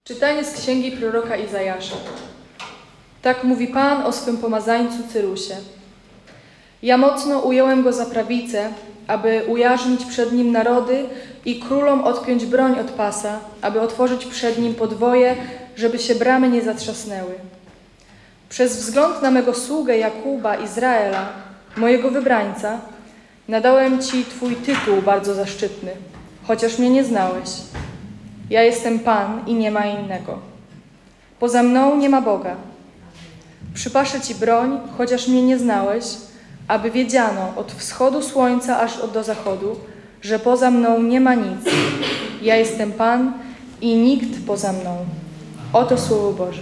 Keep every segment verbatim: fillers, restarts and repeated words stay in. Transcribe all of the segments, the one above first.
Czytanie z księgi proroka Izajasza. Tak mówi Pan o swym pomazańcu Cyrusie. Ja mocno ująłem go za prawicę, aby ujarzmić przed nim narody i królom odpiąć broń od pasa, aby otworzyć przed nim podwoje, żeby się bramy nie zatrzasnęły. Przez wzgląd na mego sługę Jakuba, Izraela, mojego wybrańca, nadałem Ci Twój tytuł bardzo zaszczytny, chociaż mnie nie znałeś. Ja jestem Pan i nie ma innego. Poza mną nie ma Boga. Przypaszę Ci broń, chociaż mnie nie znałeś, aby wiedziano od wschodu słońca aż do zachodu, że poza mną nie ma nic. Ja jestem Pan i nikt poza mną. Oto Słowo Boże.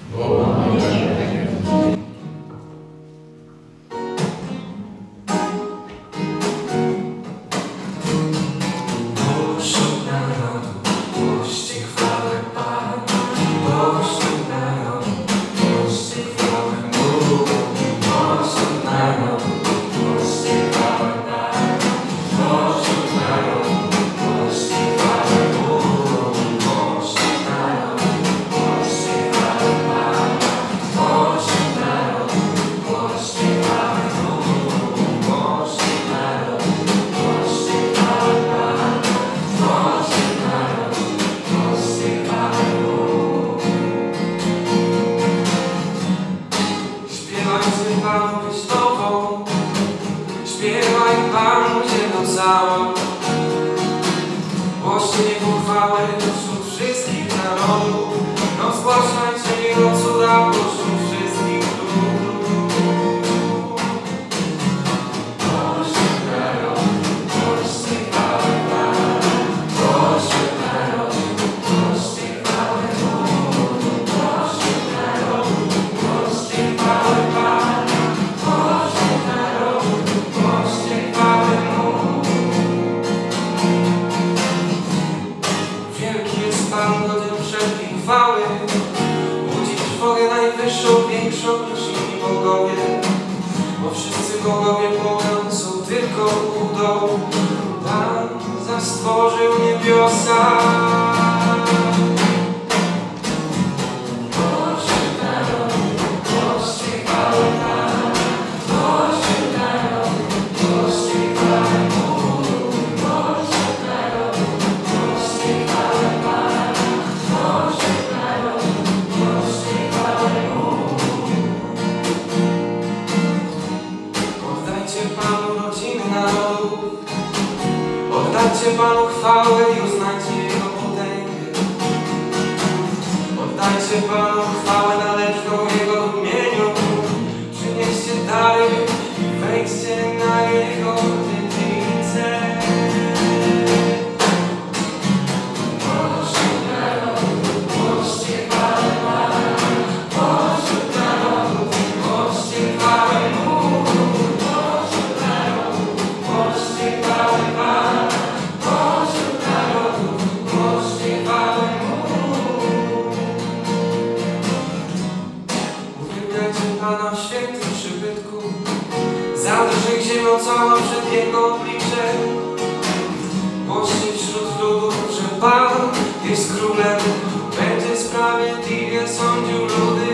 Śpiewaj Panu ziemią całą, głoście Jego chwałę wśród wszystkich narodów, rozgłaszajcie Jego cuda pośród wszystkich lud. Pośród narodu, głoście chwałę Panu, pośród narodu, głoście chwałę Bogu, pośród narodu, głoście chwałę Panu. Pan godzien wszelkiej chwały, budzi trwogę najwyższą, większą niż inni bogowie, bo wszyscy bogowie Boga są tylko udą. Pan zastworzył niebiosa. Pośród narodu, głoście chwałę Pana, pośród narodu, głoście chwałę Bogu, pośród narodu, głoście chwałę Pana. Oddajcie Panu rodziny narodów, oddajcie Panu chwałę i uznajcie Jego potęgę. Oddajcie Panu chwałę należną Jego imieniu, przynieście dary i wejdźcie na Jego dziedzicę. Pana w świętym przybytku, zadrży ziemią całą przed Jego obliczem. Głoście wśród ludów, że Pan jest królem, będzie sprawiedliwie sądził ludy.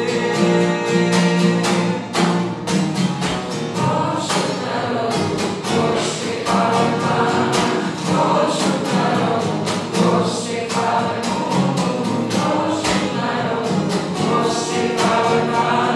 Pośród narodu, głoście chwałę Pana, pośród narodu, głoście chwałę Bogu, pośród narodu, głoście chwałę Pana.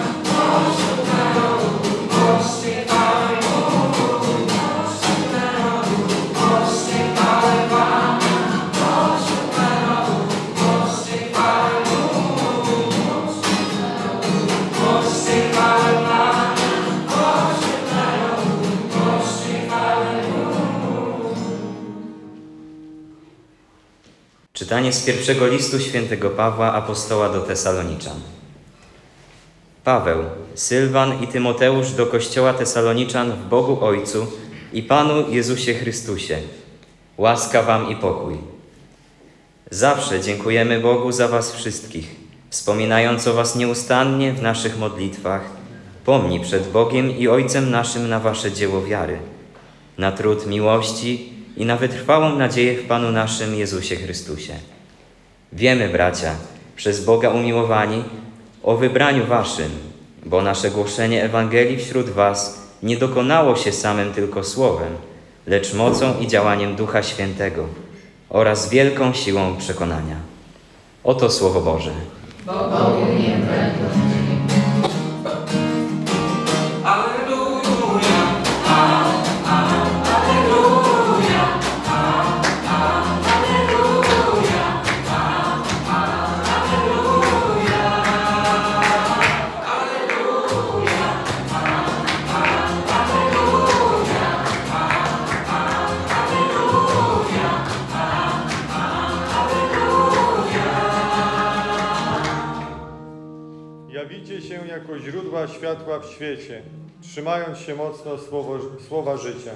Czytanie z pierwszego listu świętego Pawła apostoła do Tesaloniczan. Paweł, Sylwan i Tymoteusz do kościoła Tesaloniczan w Bogu Ojcu i Panu Jezusie Chrystusie. Łaska wam i pokój. Zawsze dziękujemy Bogu za was wszystkich, wspominając o was nieustannie w naszych modlitwach. Pomnij przed Bogiem i Ojcem naszym na wasze dzieło wiary, na trud miłości i na wytrwałą nadzieję w Panu naszym Jezusie Chrystusie. Wiemy, bracia, przez Boga umiłowani, o wybraniu waszym, bo nasze głoszenie Ewangelii wśród was nie dokonało się samym tylko słowem, lecz mocą i działaniem Ducha Świętego oraz wielką siłą przekonania. Oto Słowo Boże. Alleluja, Jawicie się jako źródła światła w świecie, trzymając się mocno słowo, słowa życia.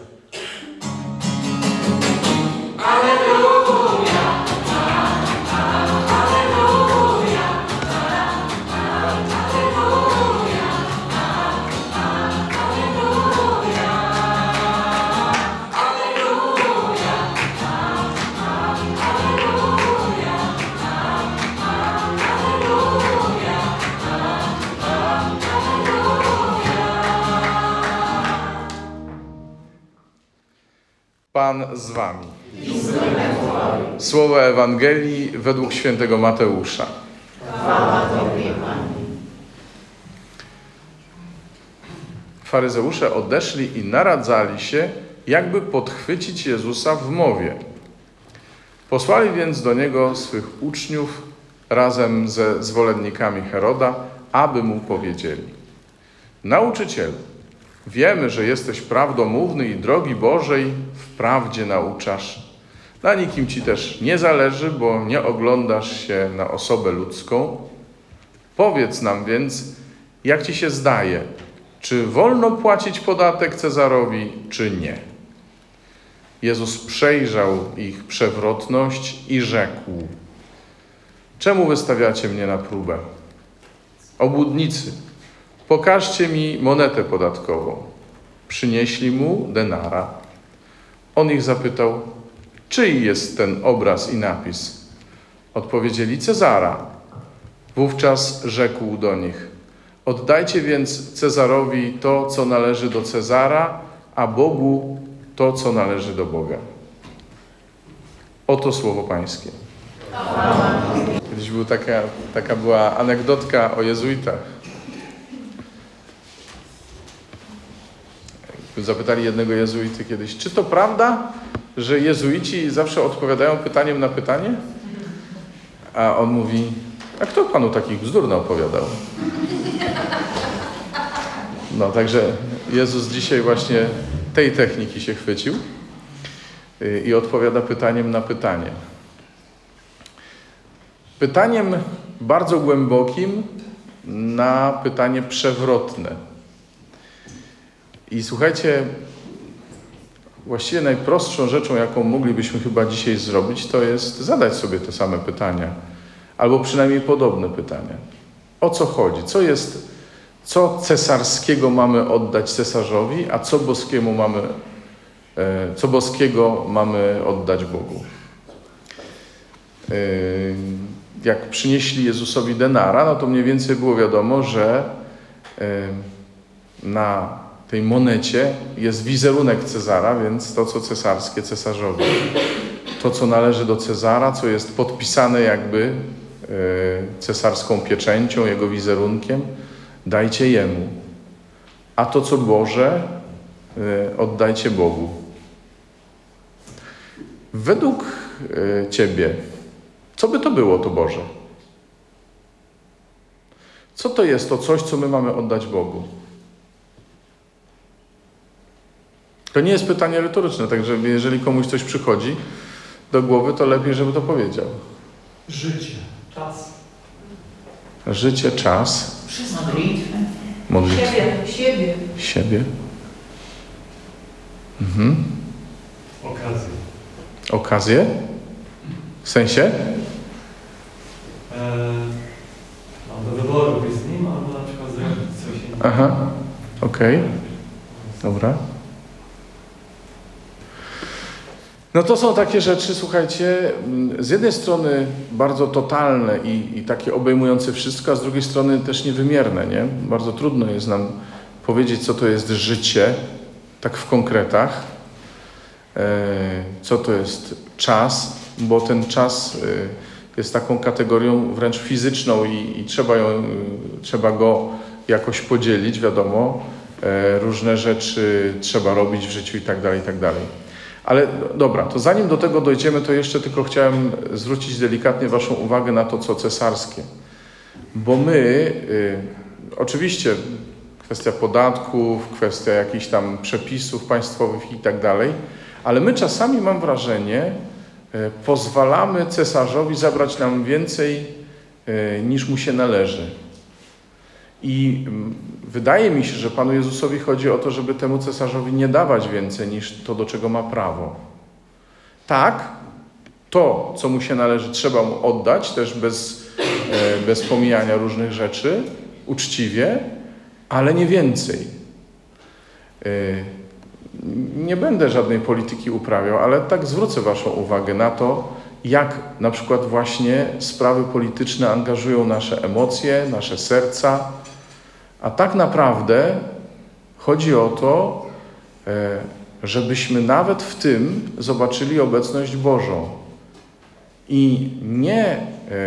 Pan z wami. Słowa Ewangelii według świętego Mateusza. Faryzeusze odeszli i naradzali się, jakby podchwycić Jezusa w mowie. Posłali więc do Niego swych uczniów razem ze zwolennikami Heroda, aby Mu powiedzieli: Nauczycielu, wiemy, że jesteś prawdomówny i drogi Bożej w prawdzie nauczasz. Na nikim Ci też nie zależy, bo nie oglądasz się na osobę ludzką. Powiedz nam więc, jak Ci się zdaje, czy wolno płacić podatek Cezarowi, czy nie? Jezus przejrzał ich przewrotność i rzekł: Czemu wystawiacie mnie na próbę? Obłudnicy, pokażcie mi monetę podatkową. Przynieśli mu denara. On ich zapytał: czyj jest ten obraz i napis? Odpowiedzieli: Cezara. Wówczas rzekł do nich: oddajcie więc Cezarowi to, co należy do Cezara, a Bogu to, co należy do Boga. Oto słowo Pańskie. Kiedyś był taka, taka była anegdotka o jezuitach. Zapytali jednego jezuity kiedyś: czy to prawda, że jezuici zawsze odpowiadają pytaniem na pytanie? A on mówi: a kto panu takich bzdur opowiadał? No, także Jezus dzisiaj właśnie tej techniki się chwycił i odpowiada pytaniem na pytanie. Pytaniem bardzo głębokim na pytanie przewrotne. I słuchajcie, właściwie najprostszą rzeczą, jaką moglibyśmy chyba dzisiaj zrobić, to jest zadać sobie te same pytania, albo przynajmniej podobne pytania. O co chodzi? Co jest, co cesarskiego mamy oddać cesarzowi, a co boskiemu mamy, co boskiego mamy oddać Bogu? Jak przynieśli Jezusowi denara, no to mniej więcej było wiadomo, że na tej monecie jest wizerunek Cezara, więc to, co cesarskie, cesarzowi. To, co należy do Cezara, co jest podpisane jakby cesarską pieczęcią, jego wizerunkiem, dajcie jemu. A to, co Boże, oddajcie Bogu. Według Ciebie, co by to było, to Boże? Co to jest to coś, co my mamy oddać Bogu? To nie jest pytanie retoryczne, także jeżeli komuś coś przychodzi do głowy, to lepiej, żeby to powiedział. Życie, czas. Życie, czas. Przez modlitwę. Modlitwę. Siebie, siebie. Siebie. Mhm. Okazję. Okazję? W sensie? Eee, mam do wyboru być z nim, albo na przykład zrobić coś innego. Aha. Okej. Okay. Dobra. No to są takie rzeczy, słuchajcie, z jednej strony bardzo totalne i, i takie obejmujące wszystko, a z drugiej strony też niewymierne, nie? Bardzo trudno jest nam powiedzieć, co to jest życie, tak w konkretach, co to jest czas, bo ten czas jest taką kategorią wręcz fizyczną i, i trzeba, ją, trzeba go jakoś podzielić, wiadomo, różne rzeczy trzeba robić w życiu i tak dalej, i tak dalej. Ale dobra, to zanim do tego dojdziemy, to jeszcze tylko chciałem zwrócić delikatnie waszą uwagę na to, co cesarskie. Bo my, y, oczywiście kwestia podatków, kwestia jakichś tam przepisów państwowych i tak dalej, ale my czasami, mam wrażenie, y, pozwalamy cesarzowi zabrać nam więcej y, niż mu się należy. I wydaje mi się, że Panu Jezusowi chodzi o to, żeby temu cesarzowi nie dawać więcej niż to, do czego ma prawo. Tak, to, co mu się należy, trzeba mu oddać, też bez, bez pomijania różnych rzeczy, uczciwie, ale nie więcej. Nie będę żadnej polityki uprawiał, ale tak zwrócę waszą uwagę na to, jak na przykład właśnie sprawy polityczne angażują nasze emocje, nasze serca, a tak naprawdę chodzi o to, żebyśmy nawet w tym zobaczyli obecność Bożą i nie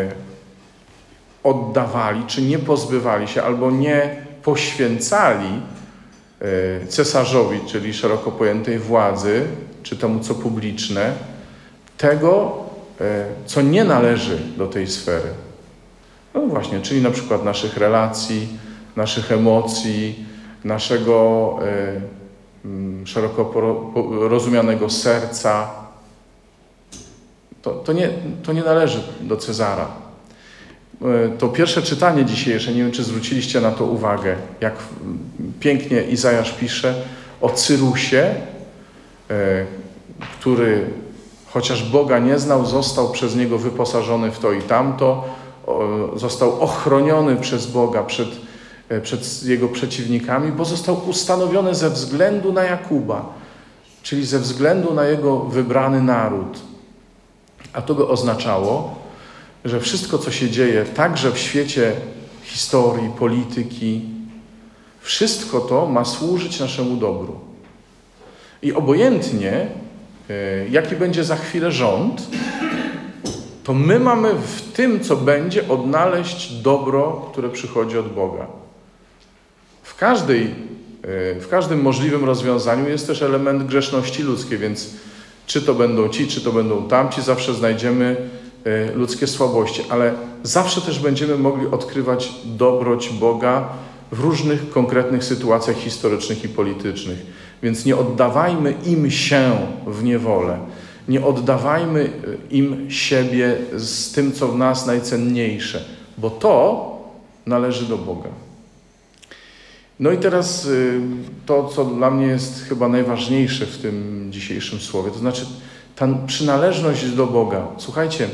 oddawali, czy nie pozbywali się, albo nie poświęcali cesarzowi, czyli szeroko pojętej władzy, czy temu, co publiczne, tego, co nie należy do tej sfery. No właśnie, czyli na przykład naszych relacji, naszych emocji, naszego y, szeroko poro, rozumianego serca. To, to, nie, to nie należy do Cezara. Y, to pierwsze czytanie dzisiejsze, nie wiem, czy zwróciliście na to uwagę, jak pięknie Izajasz pisze o Cyrusie, y, który chociaż Boga nie znał, został przez Niego wyposażony w to i tamto, został ochroniony przez Boga przed, przed Jego przeciwnikami, bo został ustanowiony ze względu na Jakuba, czyli ze względu na Jego wybrany naród. A to by oznaczało, że wszystko, co się dzieje także w świecie historii, polityki, wszystko to ma służyć naszemu dobru. I obojętnie, jaki będzie za chwilę rząd, to my mamy w tym, co będzie, odnaleźć dobro, które przychodzi od Boga. W każdej, w każdym możliwym rozwiązaniu jest też element grzeszności ludzkiej, więc czy to będą ci, czy to będą tamci, zawsze znajdziemy ludzkie słabości, ale zawsze też będziemy mogli odkrywać dobroć Boga w różnych konkretnych sytuacjach historycznych i politycznych. Więc nie oddawajmy im się w niewolę. Nie oddawajmy im siebie z tym, co w nas najcenniejsze, bo to należy do Boga. No i teraz to, co dla mnie jest chyba najważniejsze w tym dzisiejszym słowie, to znaczy ta przynależność do Boga. Słuchajcie,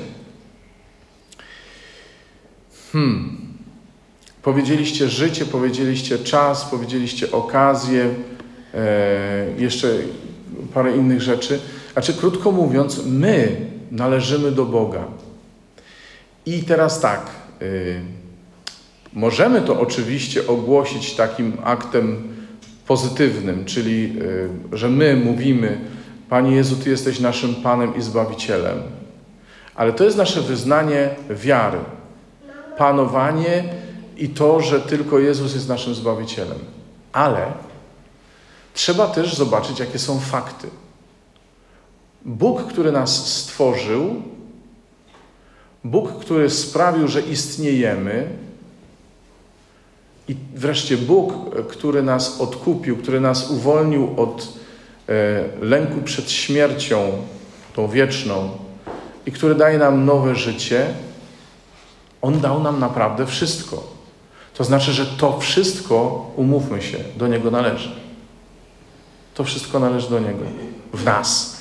hmm, powiedzieliście życie, powiedzieliście czas, powiedzieliście okazję, e, jeszcze parę innych rzeczy. Znaczy, krótko mówiąc, my należymy do Boga. I teraz tak, y, możemy to oczywiście ogłosić takim aktem pozytywnym, czyli, y, że my mówimy: Panie Jezu, Ty jesteś naszym Panem i Zbawicielem. Ale to jest nasze wyznanie wiary, panowanie i to, że tylko Jezus jest naszym Zbawicielem. Ale trzeba też zobaczyć, jakie są fakty. Bóg, który nas stworzył, Bóg, który sprawił, że istniejemy, i wreszcie Bóg, który nas odkupił, który nas uwolnił od e, lęku przed śmiercią, tą wieczną, i który daje nam nowe życie, On dał nam naprawdę wszystko. To znaczy, że to wszystko, umówmy się, do Niego należy. To wszystko należy do Niego. W nas.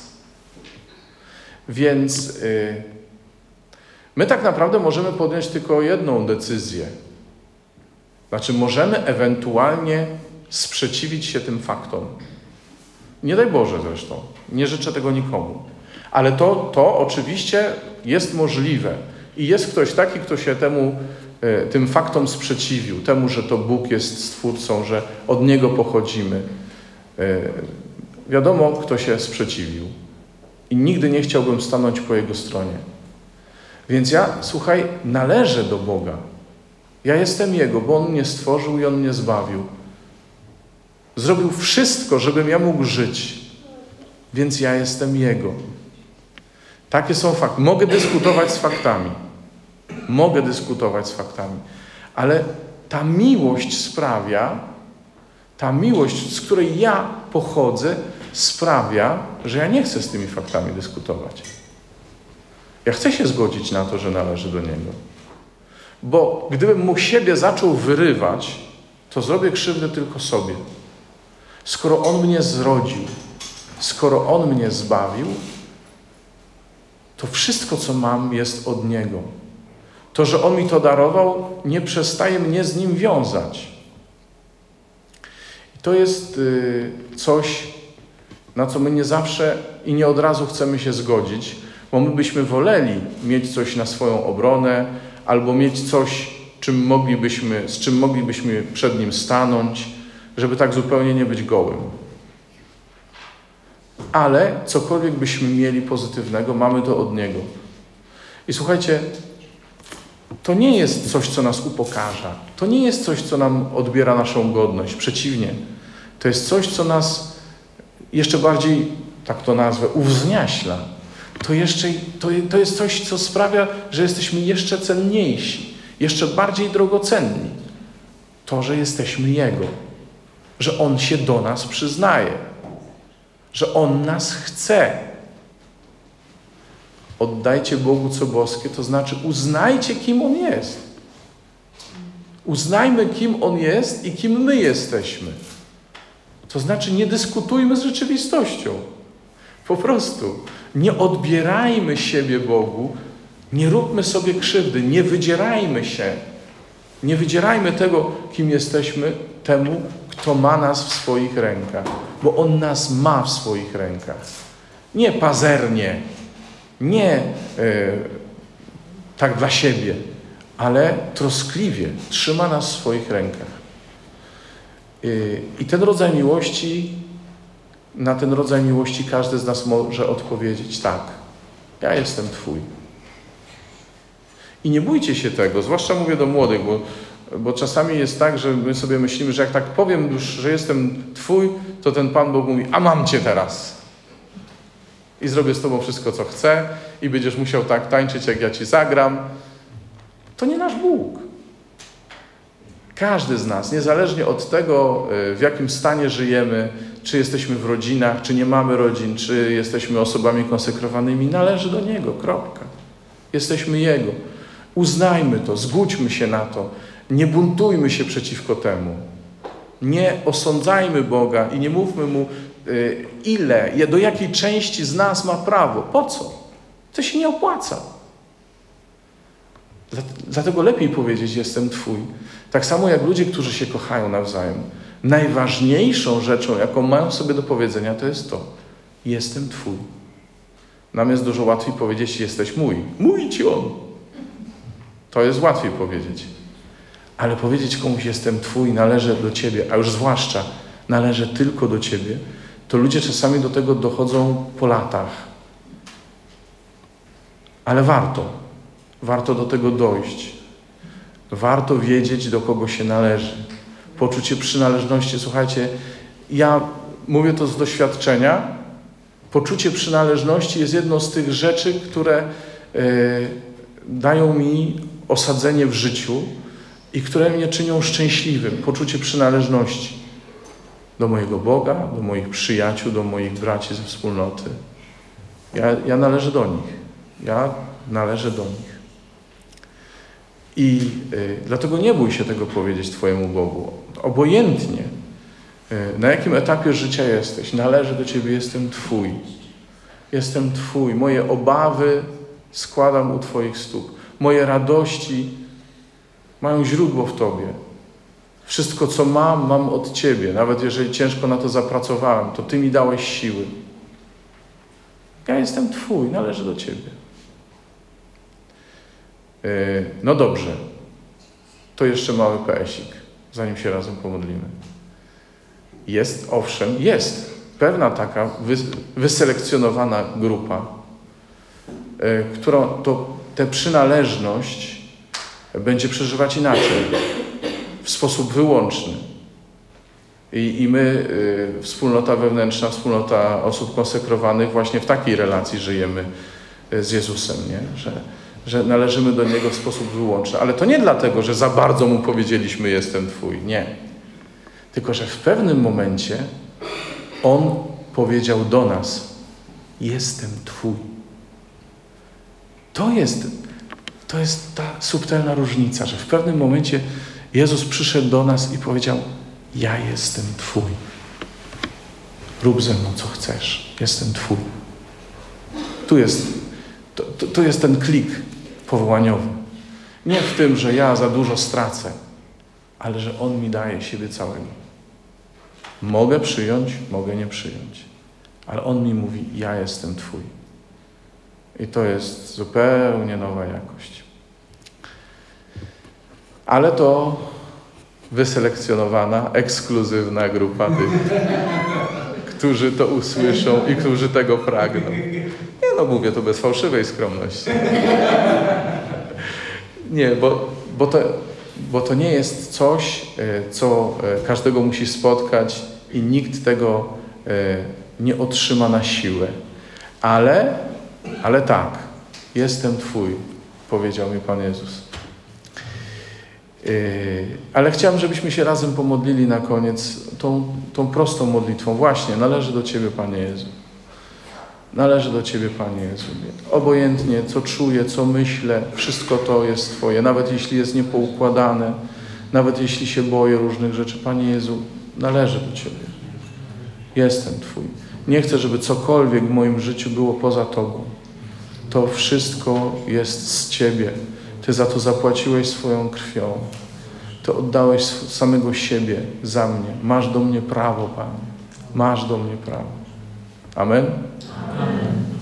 Więc y, my tak naprawdę możemy podjąć tylko jedną decyzję. Znaczy możemy ewentualnie sprzeciwić się tym faktom. Nie daj Boże zresztą. Nie życzę tego nikomu. Ale to, to oczywiście jest możliwe. I jest ktoś taki, kto się temu, tym faktom sprzeciwił, temu, że to Bóg jest Stwórcą, że od Niego pochodzimy. Wiadomo, kto się sprzeciwił. I nigdy nie chciałbym stanąć po Jego stronie. Więc ja, słuchaj, należę do Boga. Ja jestem Jego, bo On mnie stworzył i On mnie zbawił. Zrobił wszystko, żebym ja mógł żyć. Więc ja jestem Jego. Takie są fakty. Mogę dyskutować z faktami. Mogę dyskutować z faktami. Ale ta miłość sprawia, ta miłość, z której ja pochodzę, sprawia, że ja nie chcę z tymi faktami dyskutować. Ja chcę się zgodzić na to, że należy do Niego. Bo gdybym mu siebie zaczął wyrywać, to zrobię krzywdę tylko sobie. Skoro On mnie zrodził, skoro On mnie zbawił, to wszystko, co mam, jest od Niego. To, że On mi to darował, nie przestaje mnie z Nim wiązać. I to jest y, coś, na co my nie zawsze i nie od razu chcemy się zgodzić, bo my byśmy woleli mieć coś na swoją obronę, albo mieć coś, czym moglibyśmy, z czym moglibyśmy przed Nim stanąć, żeby tak zupełnie nie być gołym. Ale cokolwiek byśmy mieli pozytywnego, mamy to od Niego. I słuchajcie, to nie jest coś, co nas upokarza. To nie jest coś, co nam odbiera naszą godność. Przeciwnie. To jest coś, co nas jeszcze bardziej, tak to nazwę, uwzniaśla. To, jeszcze, to, to jest coś, co sprawia, że jesteśmy jeszcze cenniejsi, jeszcze bardziej drogocenni. To, że jesteśmy Jego. Że On się do nas przyznaje. Że On nas chce. Oddajcie Bogu co boskie, to znaczy uznajcie, kim On jest. Uznajmy, kim On jest i kim my jesteśmy. To znaczy nie dyskutujmy z rzeczywistością. Po prostu nie odbierajmy siebie Bogu, nie róbmy sobie krzywdy, nie wydzierajmy się. Nie wydzierajmy tego, kim jesteśmy, temu, kto ma nas w swoich rękach. Bo On nas ma w swoich rękach. Nie pazernie, nie e, tak dla siebie, ale troskliwie trzyma nas w swoich rękach. E, I ten rodzaj miłości, na ten rodzaj miłości każdy z nas może odpowiedzieć tak, ja jestem Twój. I nie bójcie się tego, zwłaszcza mówię do młodych, bo, bo czasami jest tak, że my sobie myślimy, że jak tak powiem już, że jestem Twój, to ten Pan Bóg mówi, a mam Cię teraz. I zrobię z Tobą wszystko, co chcę i będziesz musiał tak tańczyć, jak ja Ci zagram. To nie nasz Bóg. Każdy z nas, niezależnie od tego, w jakim stanie żyjemy, czy jesteśmy w rodzinach, czy nie mamy rodzin, czy jesteśmy osobami konsekrowanymi, należy do Niego, kropka. Jesteśmy Jego. Uznajmy to, zgódźmy się na to. Nie buntujmy się przeciwko temu. Nie osądzajmy Boga i nie mówmy Mu, ile, do jakiej części z nas ma prawo. Po co? To się nie opłaca. Dlatego lepiej powiedzieć, jestem Twój. Tak samo jak ludzie, którzy się kochają nawzajem. Najważniejszą rzeczą, jaką mają sobie do powiedzenia, to jest to. Jestem Twój. Nam jest dużo łatwiej powiedzieć, jesteś mój. Mój Ci on. To jest łatwiej powiedzieć. Ale powiedzieć komuś, jestem Twój, należę do Ciebie, a już zwłaszcza należę tylko do Ciebie, to ludzie czasami do tego dochodzą po latach. Ale warto. Warto do tego dojść. Warto wiedzieć, do kogo się należy. Poczucie przynależności. Słuchajcie, ja mówię to z doświadczenia. Poczucie przynależności jest jedną z tych rzeczy, które yy, dają mi osadzenie w życiu i które mnie czynią szczęśliwym. Poczucie przynależności do mojego Boga, do moich przyjaciół, do moich braci ze wspólnoty. Ja, ja należę do nich. Ja należę do nich. I y, dlatego nie bój się tego powiedzieć Twojemu Bogu. Obojętnie, y, na jakim etapie życia jesteś, należę do Ciebie, jestem Twój. Jestem Twój. Moje obawy składam u Twoich stóp. Moje radości mają źródło w Tobie. Wszystko, co mam, mam od Ciebie. Nawet jeżeli ciężko na to zapracowałem, to Ty mi dałeś siły. Ja jestem Twój, należy do Ciebie. Yy, no dobrze, to jeszcze mały peesik, zanim się razem pomodlimy. Jest, owszem, jest pewna taka wyselekcjonowana grupa, yy, która to, tę przynależność będzie przeżywać inaczej, w sposób wyłączny. I, i my, y, wspólnota wewnętrzna, wspólnota osób konsekrowanych, właśnie w takiej relacji żyjemy y, z Jezusem, nie? Że, że należymy do Niego w sposób wyłączny. Ale to nie dlatego, że za bardzo Mu powiedzieliśmy, jestem Twój. Nie. Tylko, że w pewnym momencie On powiedział do nas, jestem Twój. To jest, to jest ta subtelna różnica, że w pewnym momencie Jezus przyszedł do nas i powiedział, ja jestem Twój. Rób ze mną, co chcesz. Jestem Twój. Tu jest, to, to, to jest ten klik powołaniowy. Nie w tym, że ja za dużo stracę, ale że On mi daje siebie całego. Mogę przyjąć, mogę nie przyjąć. Ale On mi mówi, ja jestem Twój. I to jest zupełnie nowa jakość. Ale to wyselekcjonowana, ekskluzywna grupa tych, którzy to usłyszą i którzy tego pragną. Nie no, mówię to bez fałszywej skromności. Nie, bo, bo, to, bo to nie jest coś, co każdego musi spotkać i nikt tego nie otrzyma na siłę. Ale, ale tak, jestem Twój, powiedział mi Pan Jezus. Yy, ale chciałem, żebyśmy się razem pomodlili na koniec tą, tą prostą modlitwą. Właśnie, należy do Ciebie, Panie Jezu. Należy do Ciebie, Panie Jezu. Obojętnie, co czuję, co myślę, wszystko to jest Twoje. Nawet jeśli jest niepoukładane, nawet jeśli się boję różnych rzeczy, Panie Jezu, należy do Ciebie. Jestem Twój. Nie chcę, żeby cokolwiek w moim życiu było poza Tobą. To wszystko jest z Ciebie. Ty za to zapłaciłeś swoją krwią. Ty oddałeś samego siebie za mnie. Masz do mnie prawo, Panie. Masz do mnie prawo. Amen? Amen.